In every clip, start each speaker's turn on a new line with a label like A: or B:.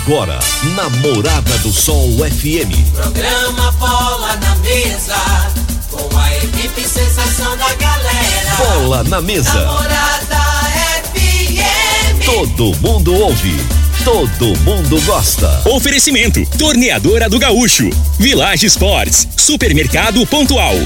A: Agora, Namorada do Sol FM.
B: Programa Bola na Mesa, com a equipe sensação da galera.
A: Bola na Mesa.
B: Namorada FM.
A: Todo mundo ouve, todo mundo gosta.
C: Oferecimento, Torneadora do Gaúcho, Village Sports, Supermercado Pontual,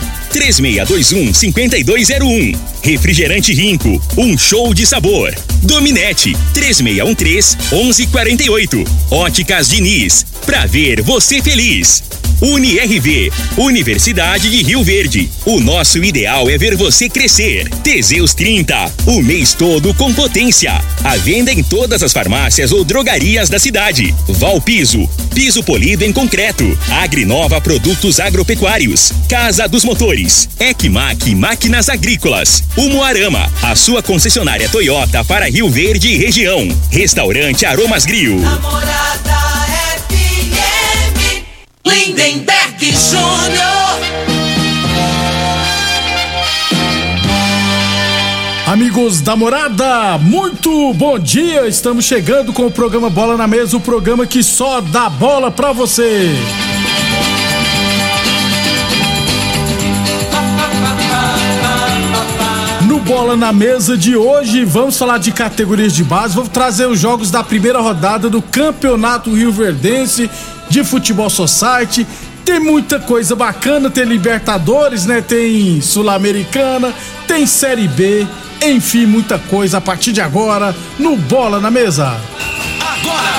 C: 3621-5201. Refrigerante Rinco, um show de sabor. Dominete, 3613-1148. Óticas Diniz, pra ver você feliz. UniRV, Universidade de Rio Verde. O nosso ideal é ver você crescer. Teseus 30, o mês todo com potência. À venda em todas as farmácias ou drogarias da cidade. Valpiso, piso polido em concreto. Agrinova Produtos Agropecuários. Casa dos Motores. Ecmac Máquinas Agrícolas. Umuarama, a sua concessionária Toyota para Rio Verde e região. Restaurante Aromas Grill.
B: Namorada FM. Lindenberg Júnior.
D: Amigos da Morada, muito bom dia. Estamos chegando com o programa Bola na Mesa, o programa que só dá bola pra você. No Bola na Mesa de hoje, vamos falar de categorias de base, vamos trazer os jogos da primeira rodada do Campeonato Rioverdense de Futebol Society. Tem muita coisa bacana, tem Libertadores, né? Tem Sul-Americana, tem Série B, enfim, muita coisa a partir de agora no Bola na Mesa.
A: Agora!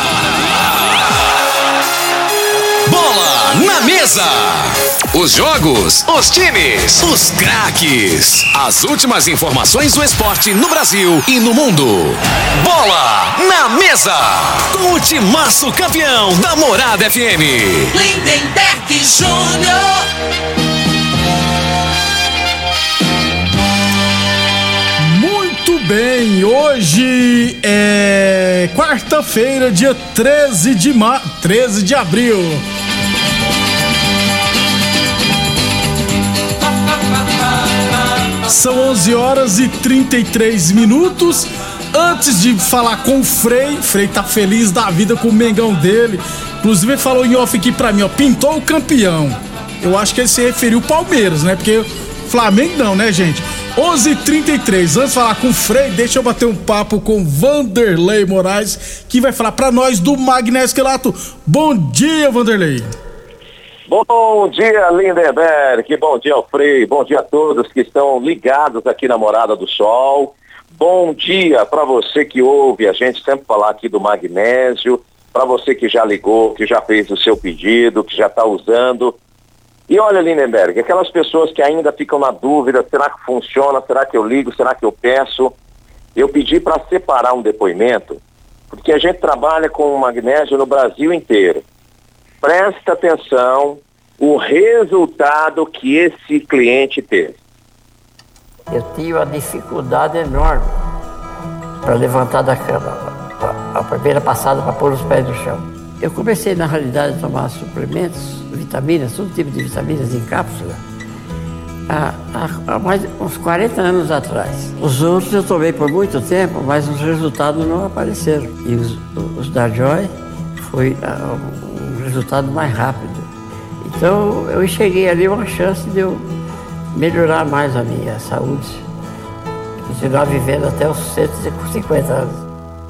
A: Bola na Mesa! Os jogos, os times, os craques. As últimas informações do esporte no Brasil e no mundo. Bola na Mesa! Com o timaço campeão da Morada FM.
B: Lindenberg Júnior.
D: Muito bem, hoje é quarta-feira, dia 13 de abril. São 11 horas e 33 minutos. Antes de falar com o Frei tá feliz da vida com o Mengão dele. Inclusive ele falou em off aqui pra mim, ó, pintou o campeão. Eu acho que ele se referiu ao Palmeiras, né? Porque Flamengo não, né, gente? 11h33, antes de falar com o Frei, deixa eu bater um papo com Vanderlei Moraes, que vai falar pra nós do Magnésio Quelato. Bom dia, Vanderlei.
E: Bom dia, Lindenberg, bom dia ao Frei, bom dia a todos que estão ligados aqui na Morada do Sol. Bom dia para você que ouve a gente sempre falar aqui do magnésio, para você que já ligou, que já fez o seu pedido, que já está usando. E olha, Lindenberg, aquelas pessoas que ainda ficam na dúvida, será que funciona, será que eu ligo, será que eu peço? Eu pedi para separar um depoimento, porque a gente trabalha com magnésio no Brasil inteiro. Presta atenção o resultado que esse cliente teve.
F: Eu tive uma dificuldade enorme para levantar da cama, a primeira passada para pôr os pés no chão. Eu comecei, na realidade, a tomar suplementos, vitaminas, todo tipo de vitaminas em cápsula, há mais uns 40 anos atrás. Os outros eu tomei por muito tempo, mas os resultados não apareceram. E os da Joy foi um resultado mais rápido. Então eu enxerguei ali uma chance de eu melhorar mais a minha saúde, continuar vivendo até os 150 anos.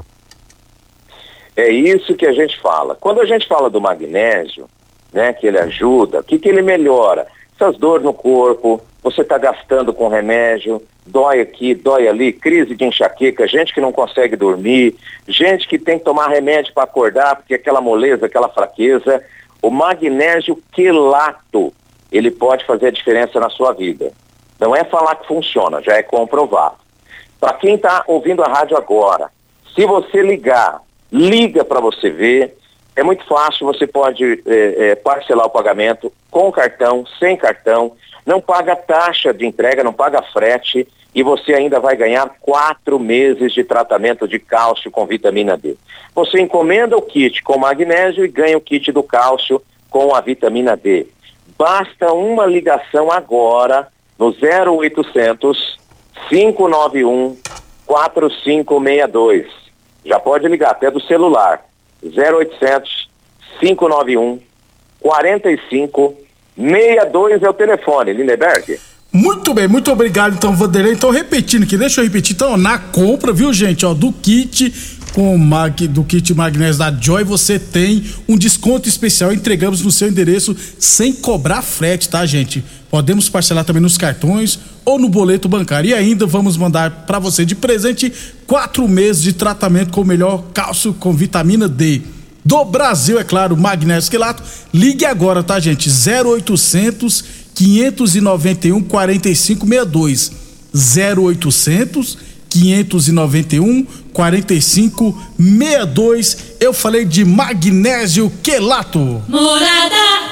E: É isso que a gente fala. Quando a gente fala do magnésio, né, que ele ajuda, o que ele melhora? Essas dores no corpo, você está gastando com remédio, dói aqui, dói ali, crise de enxaqueca, gente que não consegue dormir, gente que tem que tomar remédio para acordar, porque aquela moleza, aquela fraqueza. O magnésio quelato, ele pode fazer a diferença na sua vida. Não é falar que funciona, já é comprovado. Para quem está ouvindo a rádio agora, se você liga para você ver. É muito fácil, você pode parcelar o pagamento com cartão, sem cartão, não paga taxa de entrega, não paga frete e você ainda vai ganhar 4 meses de tratamento de cálcio com vitamina D. Você encomenda o kit com magnésio e ganha o kit do cálcio com a vitamina D. Basta uma ligação agora no 0800 591 4562. Já pode ligar até do celular. 0800 591 4562 é o telefone, Lindenberg.
D: Muito bem, muito obrigado então, Vanderlei. Então, repetindo aqui, deixa eu repetir, então, na compra, viu, gente, ó, do kit do kit magnésio da Joy, você tem um desconto especial, entregamos no seu endereço sem cobrar frete, tá, gente? Podemos parcelar também nos cartões ou no boleto bancário, e ainda vamos mandar para você de presente 4 meses de tratamento com o melhor cálcio com vitamina D do Brasil, é claro, magnésio quelato. Ligue agora, tá, gente? 0800 591 4562, 0800 591 4562. Eu falei de magnésio quelato.
G: Morada.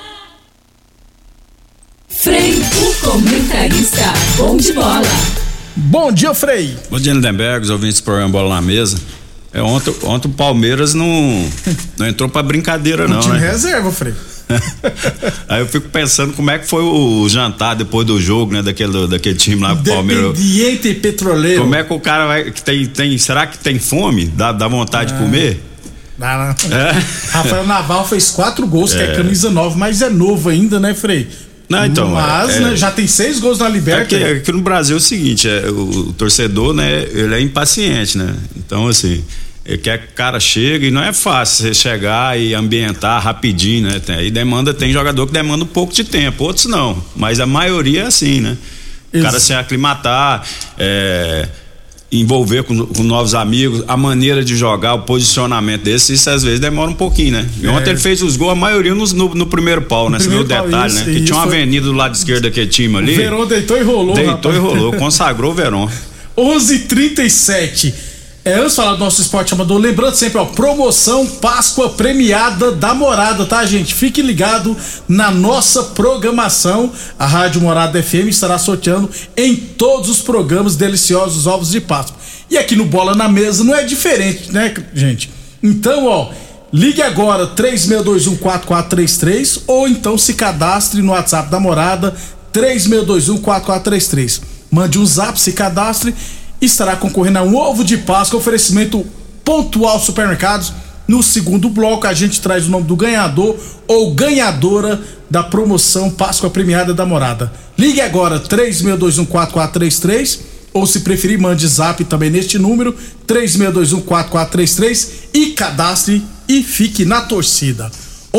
G: Frei, o comentarista, bom de bola.
D: Bom dia, Frei.
H: Bom dia, Lindenberg, os ouvintes do programa Bola na Mesa. Ontem o Palmeiras não entrou pra brincadeira, não,
D: time,
H: né?
D: Reserva, Frei.
H: Aí eu fico pensando como é que foi o jantar depois do jogo, né? Daquele time lá do Palmeiras.
D: Independiente Petroleiro.
H: Como é que o cara vai. Será que tem fome? Dá vontade de comer?
D: Não. Rafael Naval fez 4 gols, que é camisa 9, mas é novo ainda, né, Frei?
H: Não, então.
D: Mas né, já tem 6 gols na Libertadores.
H: Aqui no Brasil é o seguinte: o torcedor, né? Ele é impaciente, né? Então, assim. Ele quer que o cara chegue, e não é fácil você chegar e ambientar rapidinho, né? Tem jogador que demanda um pouco de tempo, outros não, mas a maioria é assim, né? O cara se aclimatar, envolver com novos amigos, a maneira de jogar, o posicionamento desse, isso às vezes demora um pouquinho, né? E ontem ele fez os gols, a maioria no primeiro pau, né? Você viu o detalhe, né? Que tinha uma avenida do lado esquerdo daquele time ali.
D: O Verón deitou e rolou.
H: Consagrou o Verón.
D: 11h37. Antes de falar do nosso esporte amador, lembrando sempre, ó, promoção Páscoa premiada da Morada, tá, gente? Fique ligado na nossa programação. A Rádio Morada FM estará sorteando em todos os programas deliciosos ovos de Páscoa. E aqui no Bola na Mesa não é diferente, né, gente? Então, ó, ligue agora 36214433 ou então se cadastre no WhatsApp da Morada 36214433. Mande um zap, se cadastre. Estará concorrendo a um ovo de Páscoa, oferecimento Pontual Supermercados. No segundo bloco a gente traz o nome do ganhador ou ganhadora da promoção Páscoa Premiada da Morada. Ligue agora 36214433 ou se preferir mande zap também neste número 36214433 e cadastre e fique na torcida.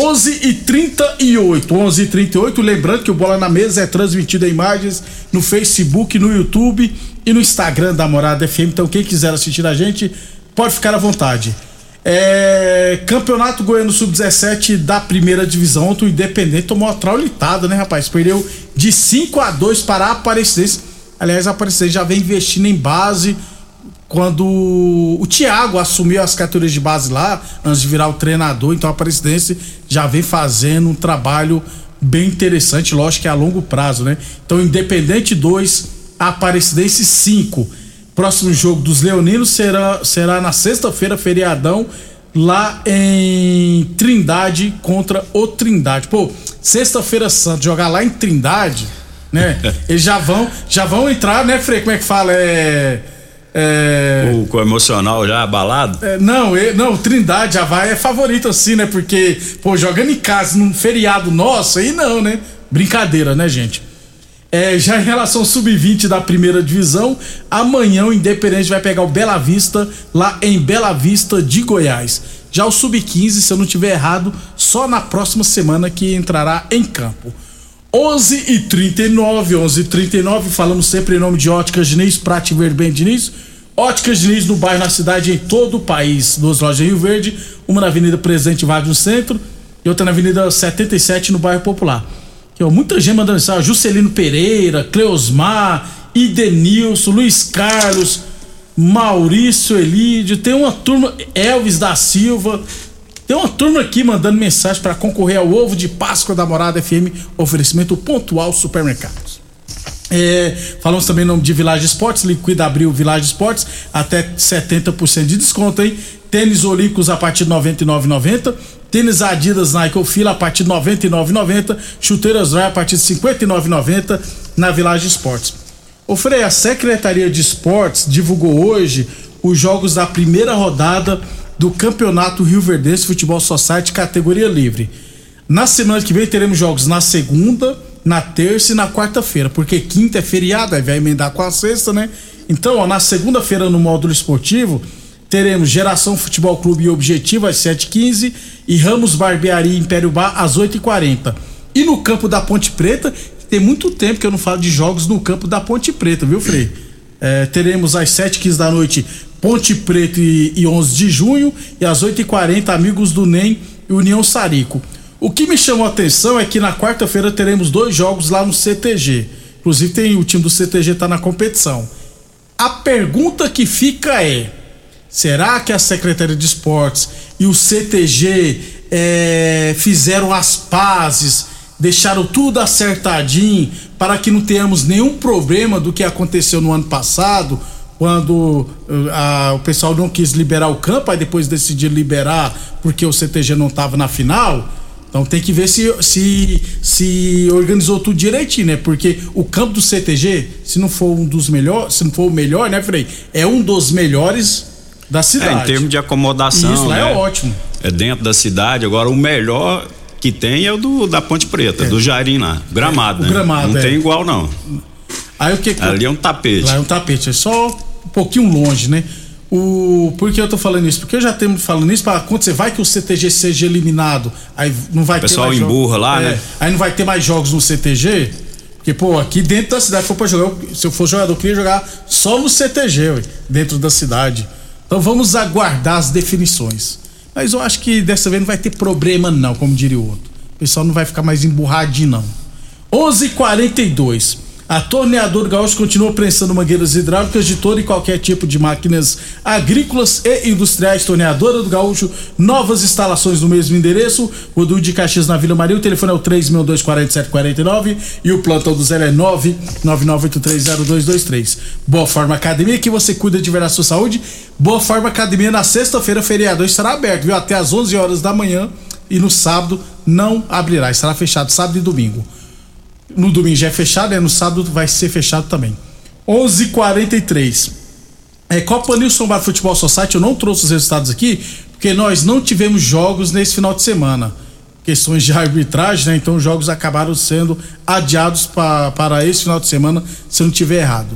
D: 11h38, lembrando que o Bola na Mesa é transmitido em imagens no Facebook, no YouTube e no Instagram da Morada FM, então quem quiser assistir a gente pode ficar à vontade. Campeonato Goiano Sub-17 da primeira divisão. Ontem o Independente tomou uma traulitada, né, rapaz? Perdeu de 5-2 para a Aparecidense. Aliás, a Aparecidense já vem investindo em base. Quando o Thiago assumiu as categorias de base lá, antes de virar o treinador, então a Aparecidense já vem fazendo um trabalho bem interessante, lógico que é a longo prazo, né? Então, Independente 2, Aparecidense 5. Próximo jogo dos leoninos será na sexta-feira, feriadão, lá em Trindade contra o Trindade. Pô, sexta-feira santa, jogar lá em Trindade, né? Eles já vão entrar, né, Frei? Como é que fala?
H: O emocional já abalado?
D: Não, Trindade já vai, é favorito assim, né? Porque, pô, jogando em casa num feriado nosso, aí não, né? Brincadeira, né, gente? Já em relação ao Sub-20 da primeira divisão, amanhã o Independente vai pegar o Bela Vista lá em Bela Vista de Goiás. Já o Sub-15, se eu não tiver errado, só na próxima semana que entrará em campo. 11h39, falamos sempre em nome de Óticas Diniz, Prate Verde Bem Diniz. Óticas Diniz no bairro, na cidade, em todo o país. 2 lojas em Rio Verde, uma na Avenida Presidente Vargas no centro e outra na Avenida 77 no bairro Popular. Aqui, ó, muita gente mandando mensagem: Juscelino Pereira, Cleosmar, Idenilson, Luiz Carlos, Maurício Elídio, tem uma turma, Elvis da Silva. Tem uma turma aqui mandando mensagem para concorrer ao ovo de Páscoa da Morada FM, oferecimento Pontual Supermercados. Falamos também em nome de Village Esportes, Liquida Abril Village Esportes, até 70% de desconto, hein? Tênis Olímpicos a partir de R$ 99,90, tênis Adidas Nike ou Fila a partir de R$ 99,90, chuteiras Rai a partir de R$ 59,90 na Village Esportes. Ô Frei, a Secretaria de Esportes divulgou hoje os jogos da primeira rodada do Campeonato Rio Verdense Futebol Society categoria livre. Na semana que vem teremos jogos na segunda, na terça e na quarta-feira, porque quinta é feriado, aí vai emendar com a sexta, né? Então, ó, na segunda-feira no módulo esportivo teremos Geração Futebol Clube e Objetivo às 7h15 e Ramos Barbearia Império Bar às 8h40. E no campo da Ponte Preta, tem muito tempo que eu não falo de jogos no campo da Ponte Preta, viu, Frei? Teremos às 7h15 da noite Ponte Preta e 11 de junho e às 8h40 Amigos do NEM e União Sarico. O que me chamou a atenção é que na quarta-feira teremos 2 jogos lá no CTG. Inclusive o time do CTG tá na competição. A pergunta que fica é: será que a Secretaria de Esportes e o CTG fizeram as pazes, deixaram tudo acertadinho para que não tenhamos nenhum problema do que aconteceu no ano passado, quando o pessoal não quis liberar o campo, aí depois decidiu liberar porque o CTG não estava na final? Então tem que ver se organizou tudo direitinho, né? Porque o campo do CTG, se não for um dos melhores, se não for o melhor, né, Frei? É um dos melhores da cidade.
H: Em termos de acomodação,
D: isso lá,
H: né?
D: é ótimo.
H: É dentro da cidade. Agora o melhor que tem é o da Ponte Preta, do Jairim lá, gramado, né?
D: Gramado,
H: não tem igual não.
D: Aí
H: ali é um tapete.
D: Lá é um tapete, é só um pouquinho longe, né? Por que eu tô falando isso? Porque eu já tenho falando isso para acontecer, vai que o CTG seja eliminado, aí não vai ter mais jogos. O pessoal
H: emburra lá, né?
D: Aí não vai ter mais jogos no CTG, porque, pô, aqui dentro da cidade, se eu for jogador, eu queria jogar só no CTG, dentro da cidade. Então vamos aguardar as definições. Mas eu acho que dessa vez não vai ter problema não, como diria o outro. O pessoal não vai ficar mais emburradinho não. 11h42. A Torneadora Gaúcho continua prensando mangueiras hidráulicas de todo e qualquer tipo de máquinas agrícolas e industriais. Torneadora do Gaúcho, novas instalações no mesmo endereço. O Rodul de Caxias na Vila Maria. O telefone é o 3624749 e o plantão do 0 é 999830223. Boa Forma Academia, que você cuida de ver a sua saúde. Boa Forma Academia na sexta-feira, feriado, estará aberto, viu? Até às 11 horas da manhã, e no sábado não abrirá, estará fechado sábado e domingo. No domingo já é fechado, no sábado vai ser fechado também. 11h43. Copa Nilson Bar Futebol Society, eu não trouxe os resultados aqui, porque nós não tivemos jogos nesse final de semana. Questões de arbitragem, né? Então os jogos acabaram sendo adiados para esse final de semana, se eu não estiver errado.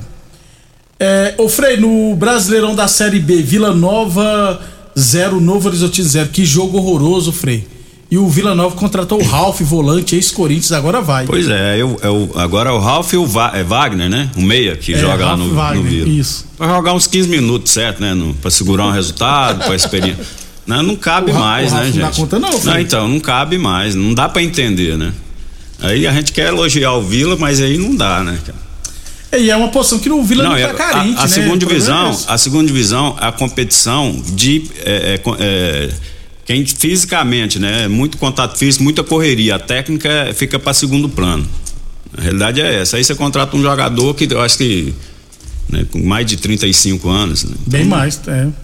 D: Ô Frei, no Brasileirão da Série B, Vila Nova 0, Novo Horizontino 0. Que jogo horroroso, Frei. E o Vila Nova contratou o Ralf, volante, ex-Corinthians, agora vai.
H: Pois é, agora o Ralf e o Wagner, né? O meia que joga lá no Vila.
D: Isso.
H: Pra jogar uns 15 minutos, certo, né? Pra segurar um resultado, pra experiência. Não cabe mais, né, gente?
D: Não dá conta não, filho.
H: Então, não cabe mais, não dá pra entender, né? Aí a gente quer elogiar o Vila, mas aí não dá, né, cara?
D: E é uma posição que o Vila não tá carente, né?
H: A segunda divisão, a competição de quem fisicamente, né? Muito contato físico, muita correria. A técnica fica para segundo plano. A realidade é essa. Aí você contrata um jogador que eu acho que, né, com mais de 35 anos. Né? Então,
D: bem mais,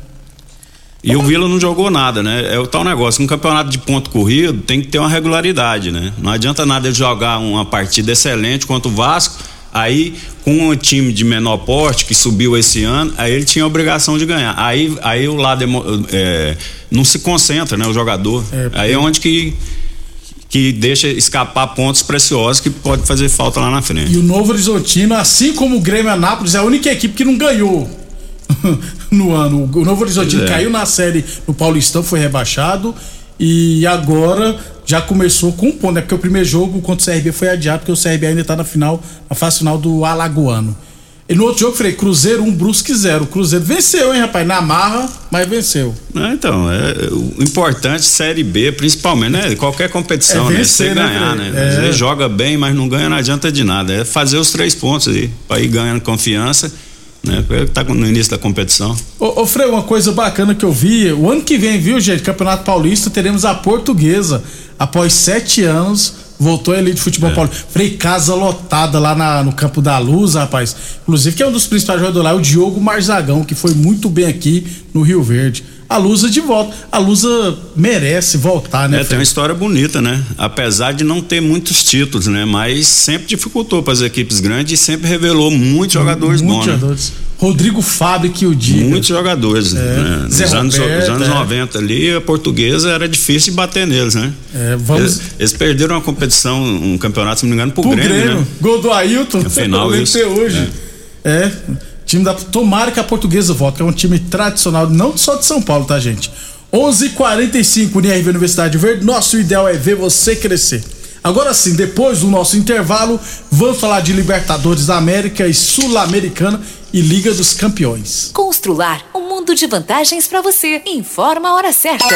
H: E o Vila não jogou nada, né? É o tal negócio. Um campeonato de ponto corrido tem que ter uma regularidade, né? Não adianta nada ele jogar uma partida excelente contra o Vasco. Aí, com um time de menor porte que subiu esse ano, aí ele tinha a obrigação de ganhar. Aí o lado não se concentra, né? O jogador. Aí é onde que deixa escapar pontos preciosos que pode fazer falta lá na frente.
D: E o Novo Horizontino, assim como o Grêmio Anápolis, é a única equipe que não ganhou no ano. O Novo Horizontino caiu na série no Paulistão, foi rebaixado. E agora já começou com um ponto, né? Porque o primeiro jogo contra o CRB foi adiado, porque o CRB ainda tá na fase final do Alagoano. E no outro jogo, falei, Cruzeiro 1, Brusque 0. O Cruzeiro venceu, hein, rapaz? Na marra, mas venceu.
H: Então, o importante, Série B, principalmente, né? Qualquer competição, vencer, né? Você ganhar, né? Você joga bem, mas não ganha, não adianta de nada. É fazer os 3 pontos aí, pra ir ganhando confiança, né? Tá no início da competição.
D: Ô Frei, uma coisa bacana que eu vi, o ano que vem, viu, gente, Campeonato Paulista, teremos a Portuguesa, após 7 anos, voltou a elite de futebol paulista. Frei, casa lotada lá no Campo da Luz, rapaz. Inclusive, que é um dos principais jogadores lá, o Diogo Marzagão, que foi muito bem aqui no Rio Verde. a Lusa de volta. A Lusa merece voltar, né?
H: Tem uma história bonita, né? Apesar de não ter muitos títulos, né? Mas sempre dificultou para as equipes grandes e sempre revelou muitos jogadores bons.
D: Jogadores. Rodrigo Fábio, que o diga.
H: Muitos jogadores, né? Nos anos 90 ali, a Portuguesa era difícil de bater neles, né? Eles perderam uma competição, um campeonato, se não me engano, pro Grêmio, né?
D: Gol do Ailton,
H: final isso.
D: Hoje. Time da Tomara que a Portuguesa volta, que é um time tradicional, não só de São Paulo, tá, gente? 11h45, UniRV Universidade Verde. Nosso ideal é ver você crescer. Agora sim, depois do nosso intervalo, vamos falar de Libertadores da América e Sul-Americana e Liga dos Campeões.
I: Constrular um mundo de vantagens para você. Informa a hora certa.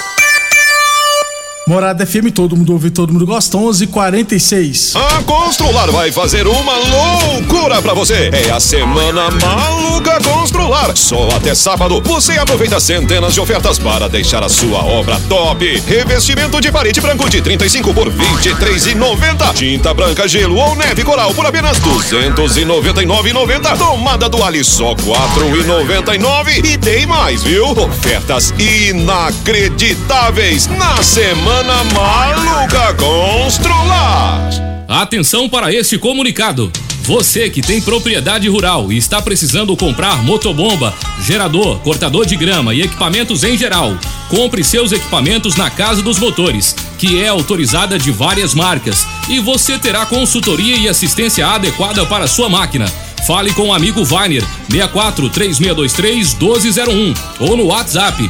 D: Morada FM, todo mundo ouve, todo mundo gosta. 11h46.
J: A Constrular vai fazer uma loucura pra você. É a Semana Maluca Constrular. Só até sábado você aproveita centenas de ofertas para deixar a sua obra top. Revestimento de parede branco de 35 por R$23,90. Tinta branca, gelo ou neve coral por apenas R$299,90. Tomada do Ali só R$4,99. E tem mais, viu? Ofertas inacreditáveis na Semana Maluca Constrular.
K: Atenção para este comunicado. Você que tem propriedade rural e está precisando comprar motobomba, gerador, cortador de grama e equipamentos em geral, compre seus equipamentos na Casa dos Motores, que é autorizada de várias marcas, e você terá consultoria e assistência adequada para a sua máquina. Fale com o amigo Wagner, 64-3623-1201 ou no WhatsApp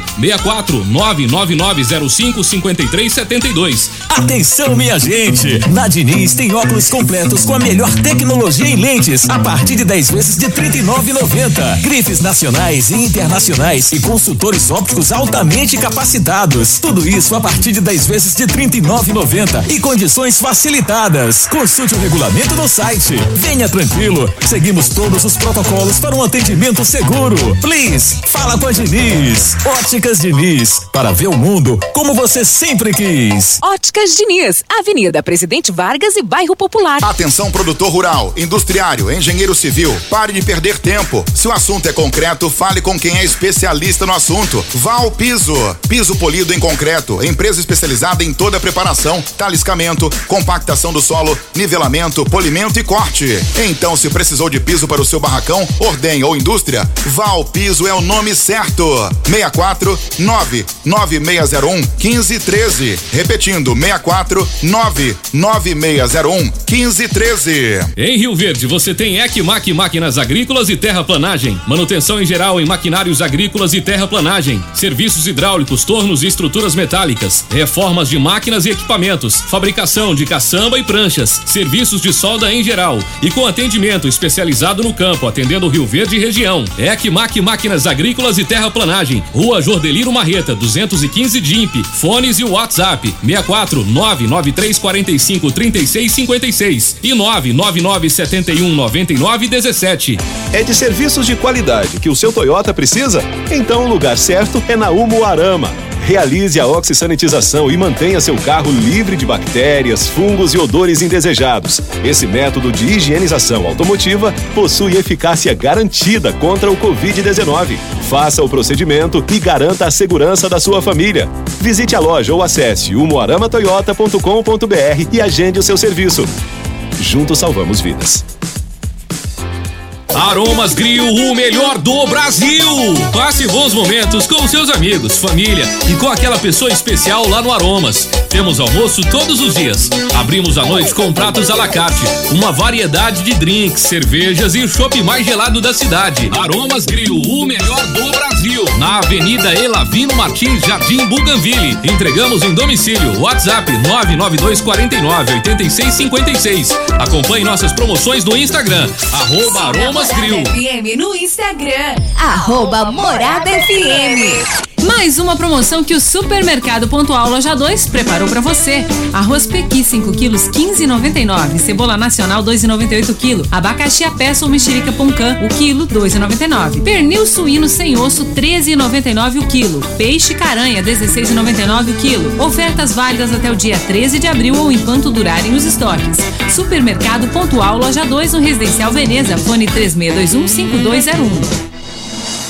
K: 64-99905-5372.
L: Atenção, minha gente! Na Diniz tem óculos completos com a melhor tecnologia em lentes a partir de 10 vezes de R$39,90. Grifes nacionais e internacionais e consultores ópticos altamente capacitados. Tudo isso a partir de 10 vezes de R$39,90 e condições facilitadas. Consulte o regulamento no site. Venha tranquilo, seguimos todos os protocolos para um atendimento seguro. Please, fala com a Diniz. Óticas Diniz, para ver o mundo como você sempre quis.
I: Óticas Diniz, Avenida Presidente Vargas e Bairro Popular.
M: Atenção, produtor rural, industriário, engenheiro civil, pare de perder tempo. Se o assunto é concreto, fale com quem é especialista no assunto. Val Piso, piso polido em concreto, empresa especializada em toda a preparação, taliscamento, compactação do solo, nivelamento, polimento e corte. Então, se precisou de piso para o seu barracão, ordem ou indústria, Val Piso é o nome certo. 64-99601-1513. Repetindo, 64-99601-1513.
K: Em Rio Verde, você tem Ecmac Máquinas Agrícolas e Terraplanagem. Manutenção em geral em maquinários agrícolas e terraplanagem. Serviços hidráulicos, tornos e estruturas metálicas. Reformas de máquinas e equipamentos. Fabricação de caçamba e pranchas. Serviços de solda em geral. E com atendimento especializado no campo, atendendo Rio Verde e região. Ecmac Máquinas Agrícolas e Terraplanagem. Rua Jordeliro Marreta, 215 DIMP. Fones e WhatsApp 64-99345-3656 e 999719917.
J: É de serviços de qualidade que o seu Toyota precisa? Então o lugar certo é na Umuarama. Realize a oxisanitização e mantenha seu carro livre de bactérias, fungos e odores indesejados. Esse método de higienização automotiva possui eficácia garantida contra o Covid-19. Faça o procedimento e garanta a segurança da sua família. Visite a loja ou acesse umuaramatoyota.com.br e agende o seu serviço. Juntos salvamos vidas.
K: Aromas Grill, o melhor do Brasil. Passe bons momentos com seus amigos, família e com aquela pessoa especial lá no Aromas. Temos almoço todos os dias. Abrimos à noite com pratos à la carte, uma variedade de drinks, cervejas e o chopp mais gelado da cidade. Aromas Grill, o melhor do Brasil. Na Avenida Elavino Martins, Jardim Bougainville. Entregamos em domicílio. WhatsApp 99249-8656. Acompanhe nossas promoções no Instagram, @Aromas Grill.
G: FM no Instagram,
I: @Morada FM.
N: Mais uma promoção que o Supermercado Pontual Loja 2 preparou pra você. Arroz Pequi 5 quilos 15,99. Cebola nacional 2,98 kg. Abacaxi a peça ou mexerica Poncã, o quilo 2,99. Pernil suíno sem osso 13,99 o quilo. Peixe caranha 16,99 o quilo. Ofertas válidas até o dia 13 de abril ou enquanto durarem os estoques. Supermercado Pontual Loja 2 no Residencial Veneza. Fone 3621-5201.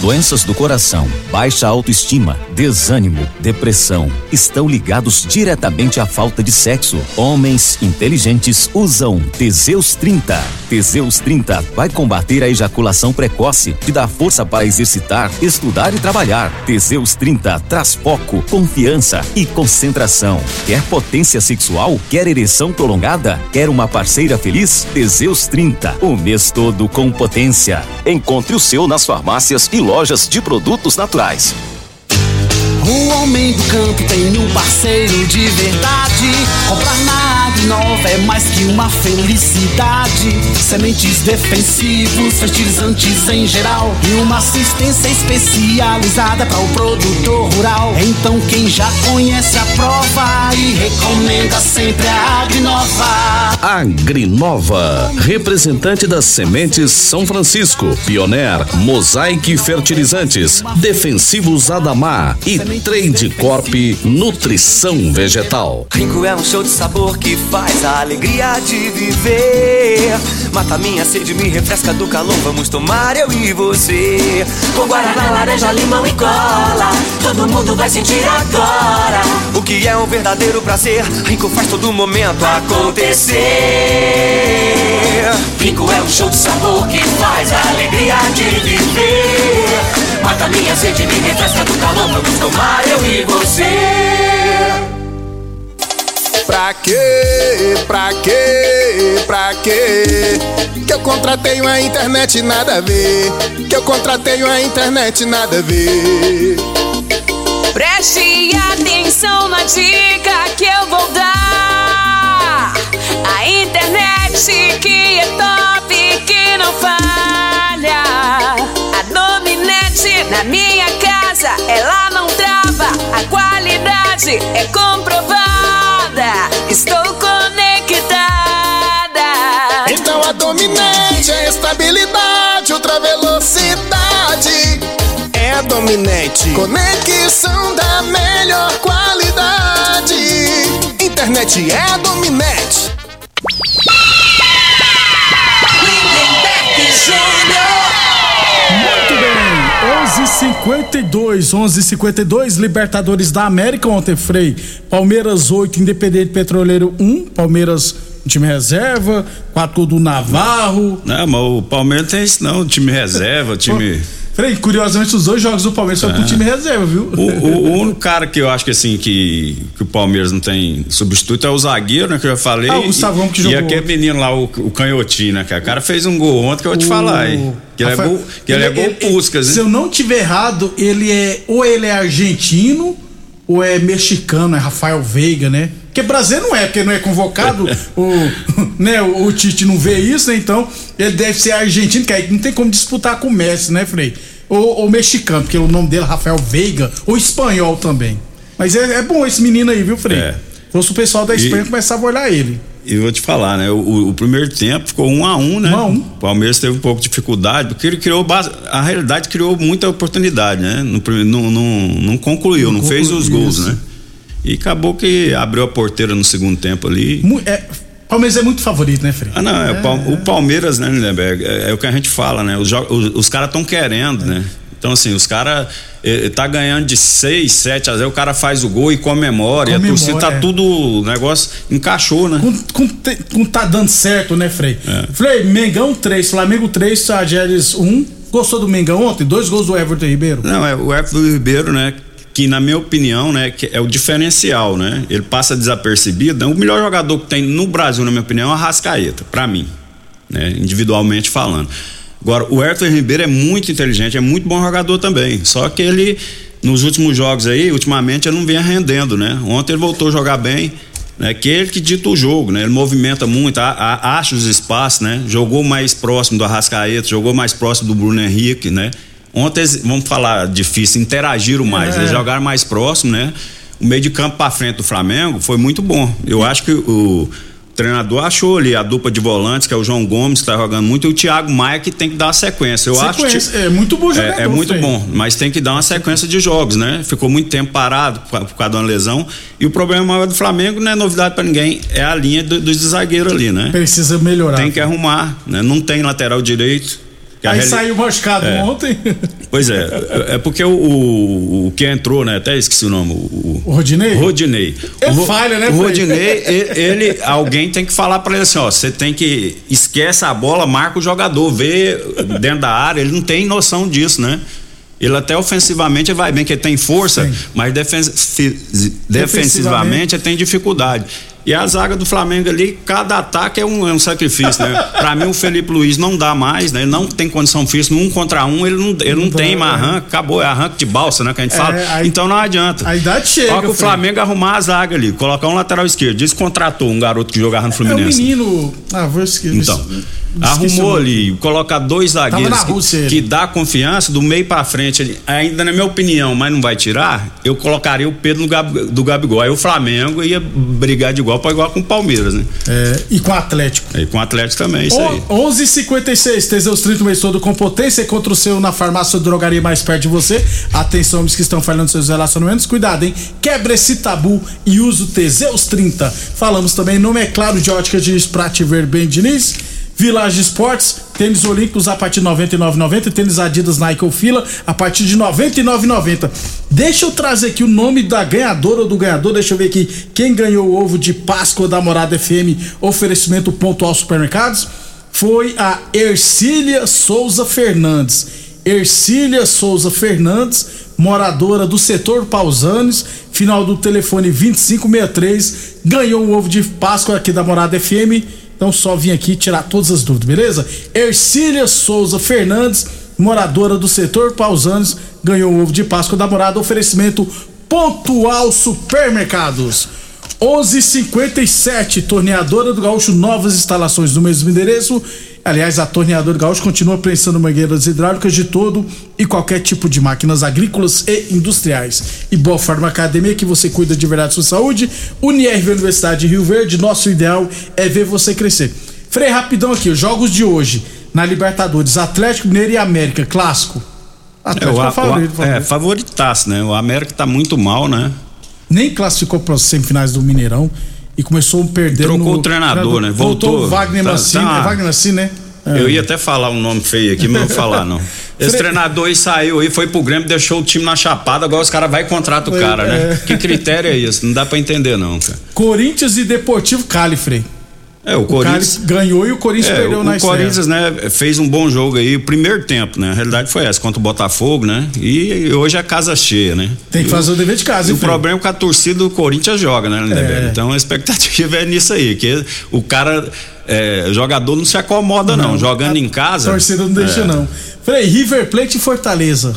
L: Doenças do coração, baixa autoestima, desânimo, depressão estão ligados diretamente à falta de sexo. Homens inteligentes usam Teseus 30. Teseus 30 vai combater a ejaculação precoce, te dá força para exercitar, estudar e trabalhar. Teseus 30 traz foco, confiança e concentração. Quer potência sexual? Quer ereção prolongada? Quer uma parceira feliz? Teseus 30, o mês todo com potência. Encontre o seu nas farmácias e lojas de produtos naturais.
O: O homem do campo tem um parceiro de verdade. Comprar na Agrinova é mais que uma felicidade. Sementes defensivos, fertilizantes em geral e uma assistência especializada para o produtor rural. Então quem já conhece a prova e recomenda sempre a Agrinova.
P: Agrinova, representante das sementes São Francisco, Pioneer, Mosaic Fertilizantes, Defensivos Adamar e Trade Corp Nutrição Vegetal.
Q: Rinco é um show de sabor que faz a alegria de viver. Mata minha sede, me refresca do calor. Vamos tomar eu e você.
B: Com guaraná, laranja, limão e cola, todo mundo vai sentir agora
Q: o que é um verdadeiro prazer. Rinco faz todo momento acontecer.
B: Rinco é um show de sabor que faz a alegria de viver. Mata minha sede, me refresca do calor. Vamos tomar eu e você.
R: Pra quê? Pra quê? Pra quê? Que eu contratei uma internet nada a ver. Que eu contratei uma internet nada a ver.
S: Preste atenção na dica que eu vou dar. A internet que é top, que não falha. A Dominete na minha casa, ela não trava. A qualidade é comprovada. Estou conectada.
R: Então a Dominete é estabilidade, ultra velocidade. É a Dominete, conexão da melhor qualidade. Internet é a Dominete.
D: Muito bem, 11:52, Libertadores da América ontem, Frei. Palmeiras 8, Independente Petroleiro 1, Palmeiras time reserva, 4 gols do Navarro.
H: Não, mas o Palmeiras tem isso não, time reserva, time...
D: Frei, curiosamente os dois jogos do Palmeiras foram com o time reserva, viu?
H: O único cara que eu acho que assim, que o Palmeiras não tem substituto é o zagueiro, né, que eu já falei.
D: O Gustavão que jogou.
H: E aquele menino lá, o canhotinho, né, cara? O cara fez um gol ontem que eu vou te falar, hein? Que ele é gol Puskas, né?
D: Se eu não tiver errado, ele é argentino ou é mexicano, é Rafael Veiga, né? Porque brasileiro não é, porque não é convocado, o Tite não vê isso, né? Então ele deve ser argentino, que aí não tem como disputar com o Messi, né, Frei? Ou mexicano, porque o nome dele é Rafael Veiga, ou espanhol também. Mas é bom esse menino aí, viu, Frei? Se o pessoal da Espanha começava a olhar ele.
H: E eu vou te falar, né? O primeiro tempo ficou 1-1, né? 1-1. O Palmeiras teve um pouco de dificuldade, porque ele a realidade criou muita oportunidade, né? Não concluiu, não fez os gols, né? E acabou que abriu a porteira no segundo tempo ali.
D: Palmeiras é muito favorito, né, Frei?
H: O Palmeiras, né, Lindenberg, é o que a gente fala, né? Os caras estão querendo, né? Então, assim, os caras tá ganhando de 6, 7 a 0, o cara faz o gol e comemora. E a torcida tá tudo, o negócio encaixou, né?
D: Tá dando certo, né, Frei? Frei, Mengão 3, Flamengo 3, Sageres 1. Gostou do Mengão ontem? 2 gols do Everton Ribeiro?
H: Não, o Everton Ribeiro, né? Que na minha opinião, né, que é o diferencial, né? Ele passa desapercebido, né? O melhor jogador que tem no Brasil, na minha opinião, é o Arrascaeta, pra mim, né? Individualmente falando. Agora, o Everton Ribeiro é muito inteligente, é muito bom jogador também, só que ele, nos últimos jogos aí, ultimamente ele não vem rendendo, né? Ontem ele voltou a jogar bem, né? Que ele que dita o jogo, né? Ele movimenta muito, acha os espaços, né? Jogou mais próximo do Arrascaeta, jogou mais próximo do Bruno Henrique, né? Ontem, vamos falar difícil, interagiram mais, eles jogaram mais próximo, né? O meio de campo pra frente do Flamengo foi muito bom. Eu acho que o treinador achou ali a dupla de volantes, que é o João Gomes, que tá jogando muito, e o Thiago Maia, que tem que dar a sequência.
D: É muito bom jogador.
H: É muito bom, mas tem que dar uma sequência de jogos, né? Ficou muito tempo parado por causa de uma lesão. E o problema maior do Flamengo não é novidade pra ninguém, é a linha dos zagueiros ali, né?
D: Precisa melhorar.
H: Tem que arrumar, né? Não tem lateral direito.
D: Aí saiu machucado ontem.
H: Pois é porque o que entrou, né? Até esqueci o nome. O
D: Rodinei?
H: Rodinei.
D: Falha, né?
H: O Rodinei, alguém tem que falar pra ele assim, ó, você tem que, esquece a bola, marca o jogador, vê dentro da área, ele não tem noção disso, né? Ele até ofensivamente vai bem, que ele tem força, sim, mas defensivamente ele tem dificuldade. E a zaga do Flamengo ali, cada ataque é um sacrifício, né? Pra mim o Felipe Luiz não dá mais, né? Ele não tem condição física, no 1 contra 1 ele não tem mais arranque, acabou, é arranque de balsa, né? Que a gente fala, então não adianta.
D: A idade chega.
H: Só que o Flamengo arrumar a zaga ali, colocar um lateral esquerdo, contratou um garoto que jogava no Fluminense.
D: É um menino, vou esquecer.
H: Então, arrumou ali, colocar 2 zagueiros que dá confiança, do meio pra frente, ainda na minha opinião, mas não vai tirar, eu colocaria o Pedro do Gabigol, aí o Flamengo ia brigar de igual para igual com o Palmeiras, né?
D: E com o Atlético.
H: E com o Atlético também, isso aí.
D: 11:56, Teseus 30 o mês todo com potência, contra o seu na farmácia ou drogaria mais perto de você. Atenção, homens que estão falhando seus relacionamentos, cuidado, hein? Quebra esse tabu e usa o Teseus 30. Falamos também no Claro de Ótica Diniz, Prate Ver Bem Diniz. Village Esportes, tênis olímpicos a partir de R$ 99,90, tênis Adidas Nike ou Fila a partir de R$ 99,90. Deixa eu trazer aqui o nome da ganhadora ou do ganhador, deixa eu ver aqui quem ganhou o ovo de Páscoa da Morada FM, oferecimento Pontual Supermercados, foi a Ercília Souza Fernandes. Ercília Souza Fernandes, moradora do setor Pausanes, final do telefone 2563, ganhou o ovo de Páscoa aqui da Morada FM. Então só vim aqui tirar todas as dúvidas, beleza? Ercília Souza Fernandes, moradora do setor Pausanes, ganhou o ovo de Páscoa da Morada, oferecimento Pontual Supermercados. 11:57, Torneadora do Gaúcho, novas instalações no mesmo endereço. Aliás, a Torneadora do Gaúcho continua prensando mangueiras hidráulicas de todo e qualquer tipo de máquinas agrícolas e industriais. E Boa Forma Academia, que você cuida de verdade da sua saúde. UniRV Universidade de Rio Verde, nosso ideal é ver você crescer. Frei, rapidão aqui, os jogos de hoje na Libertadores, Atlético Mineiro e América, clássico. Atlético
H: favoritaço, né? O América tá muito mal, né?
D: Nem classificou para as semifinais do Mineirão e começou perdendo.
H: Trocou o treinador, né? Voltou
D: o Wagner Mancini, Wagner Mancini, né?
H: Eu ia até falar um nome feio aqui, mas não vou falar não. Esse treinador aí saiu aí, foi pro Grêmio, deixou o time na chapada, agora os caras vai e contratam o cara, né? Que critério é esse? Não dá pra entender não, cara.
D: Corinthians e Deportivo Cali, Frei.
H: O Corinthians
D: ganhou e o Corinthians perdeu na estreia.
H: O Corinthians, né, fez um bom jogo aí, o primeiro tempo, né? A realidade foi essa, contra o Botafogo, né? E hoje é casa cheia, né?
D: Tem que fazer o dever de casa, hein?
H: O problema é que a torcida do Corinthians joga, né? Então a expectativa é nisso aí, que o cara, jogador não se acomoda não, jogando em casa.
D: A torcida não deixa não. Frei, River Plate e Fortaleza.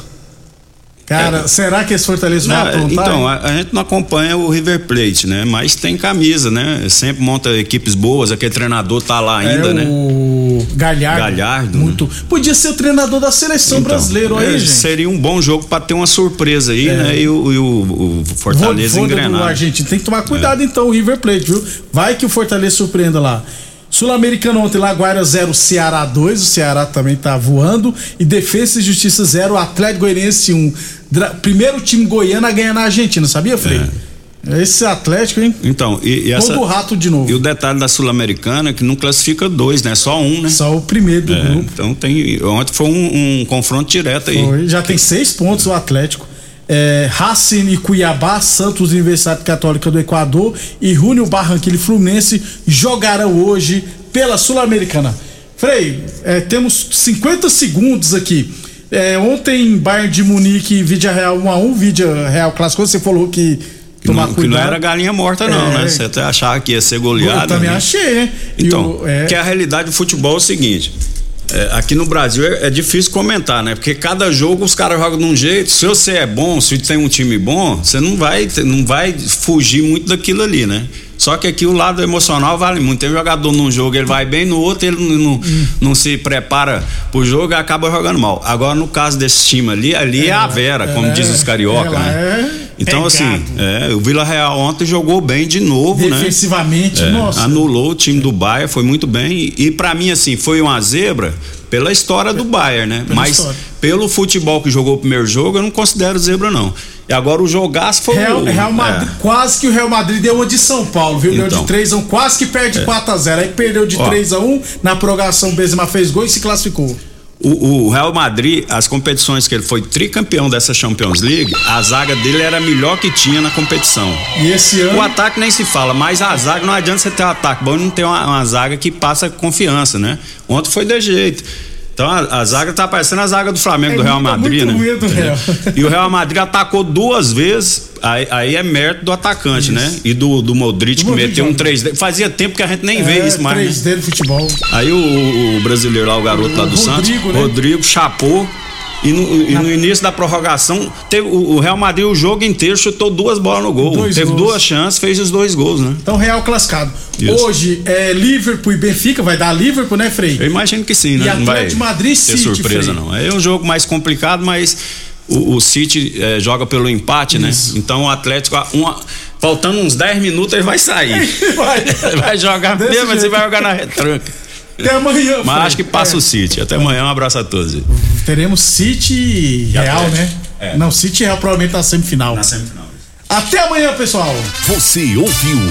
D: Cara, será que esse Fortaleza vai aprontar?
H: Então, a gente não acompanha o River Plate, né? Mas tem camisa, né? Sempre monta equipes boas, aquele treinador tá lá ainda, né?
D: O Galhardo. Muito. Podia ser o treinador da seleção brasileira aí, gente.
H: Seria um bom jogo pra ter uma surpresa aí, né? E o Fortaleza engrenar.
D: A gente tem que tomar cuidado então, o River Plate, viu? Vai que o Fortaleza surpreenda lá. Sul-Americano ontem, Laguaira 0, Ceará 2, o Ceará também tá voando, e Defesa e Justiça 0, Atlético Goianiense 1. Primeiro time goiano a ganhar na Argentina, sabia, Frei? Esse Atlético, hein?
H: Então,
D: todo rato de novo.
H: E o detalhe da Sul-Americana é que não classifica 2, né? Só um, né?
D: Só o primeiro do grupo.
H: Então ontem foi um confronto direto aí.
D: Já tem 6 pontos o Atlético. Racing e Cuiabá, Santos Universidade Católica do Equador e Júnior Barranquilla e Fluminense jogarão hoje pela Sul-Americana. Frei, temos 50 segundos aqui. Ontem Bayern de Munique e Vidia Real 1-1, Vidia Real Clássico, você falou que tomar cuidado.
H: Que não era galinha morta não, né? Você até achava que ia ser goleado.
D: Eu também achei, né?
H: Então, que a realidade do futebol é o seguinte... aqui no Brasil é difícil comentar, né? Porque cada jogo os caras jogam de um jeito. Se você é bom, se tem um time bom, você não vai fugir muito daquilo ali, né? Só que aqui o lado emocional vale muito. Tem um jogador num jogo, ele vai bem, no outro ele não se prepara pro jogo e acaba jogando mal. Agora no caso desse time ali é a Vera, como diz os carioca, né? Então assim, o Vila Real ontem jogou bem de novo,
D: defensivamente,
H: né?
D: nossa.
H: Anulou o time do Bayern, foi muito bem e pra mim assim, foi uma zebra pela história do Bayern, né? Mas pelo futebol que jogou o primeiro jogo, eu não considero zebra não. E agora o jogaço foi
D: Real Madrid, quase que o Real Madrid deu uma de São Paulo, viu? Deu de 3-1, quase que perde 4-0. Aí perdeu de 3-1, na prorrogação o Benzema fez gol e se classificou.
H: O Real Madrid, as competições que ele foi tricampeão dessa Champions League, a zaga dele era a melhor que tinha na competição.
D: E esse ano...
H: O ataque nem se fala, mas a zaga, não adianta você ter um ataque bom e não ter uma zaga que passa confiança, né? Ontem foi de jeito. Então a zaga tá parecendo a zaga do Flamengo, do Real Madrid,
D: muito
H: né?
D: Do Real.
H: E o Real Madrid atacou 2 vezes, aí é mérito do atacante, né? E do Modric, que meteu um 3D. Fazia tempo que a gente nem vê isso mais,
D: 3D do futebol.
H: Aí o brasileiro lá, o garoto lá do Santos, né? Rodrigo chapou. E no início da prorrogação, teve o Real Madrid o jogo inteiro chutou 2 bolas no gol. Teve 2 chances, fez os 2 gols, né?
D: Então, Real classificado.
H: Isso.
D: Hoje é Liverpool e Benfica, vai dar Liverpool, né, Frei?
H: Eu imagino que sim, né?
D: E
H: Não vai
D: Atlético Madrid,
H: ter
D: City,
H: surpresa,
D: Frei.
H: não. É um jogo mais complicado, mas o City joga pelo empate, né? Então o Atlético, faltando uns 10 minutos, ele vai sair. vai jogar mesmo, mas ele vai jogar na retranca.
D: Até amanhã,
H: mas acho que passa o City. Até amanhã, um abraço a todos.
D: Teremos City e Real, né? Não, City e Real provavelmente na semifinal.
H: Na semifinal.
D: Até amanhã, pessoal.
P: Você ouviu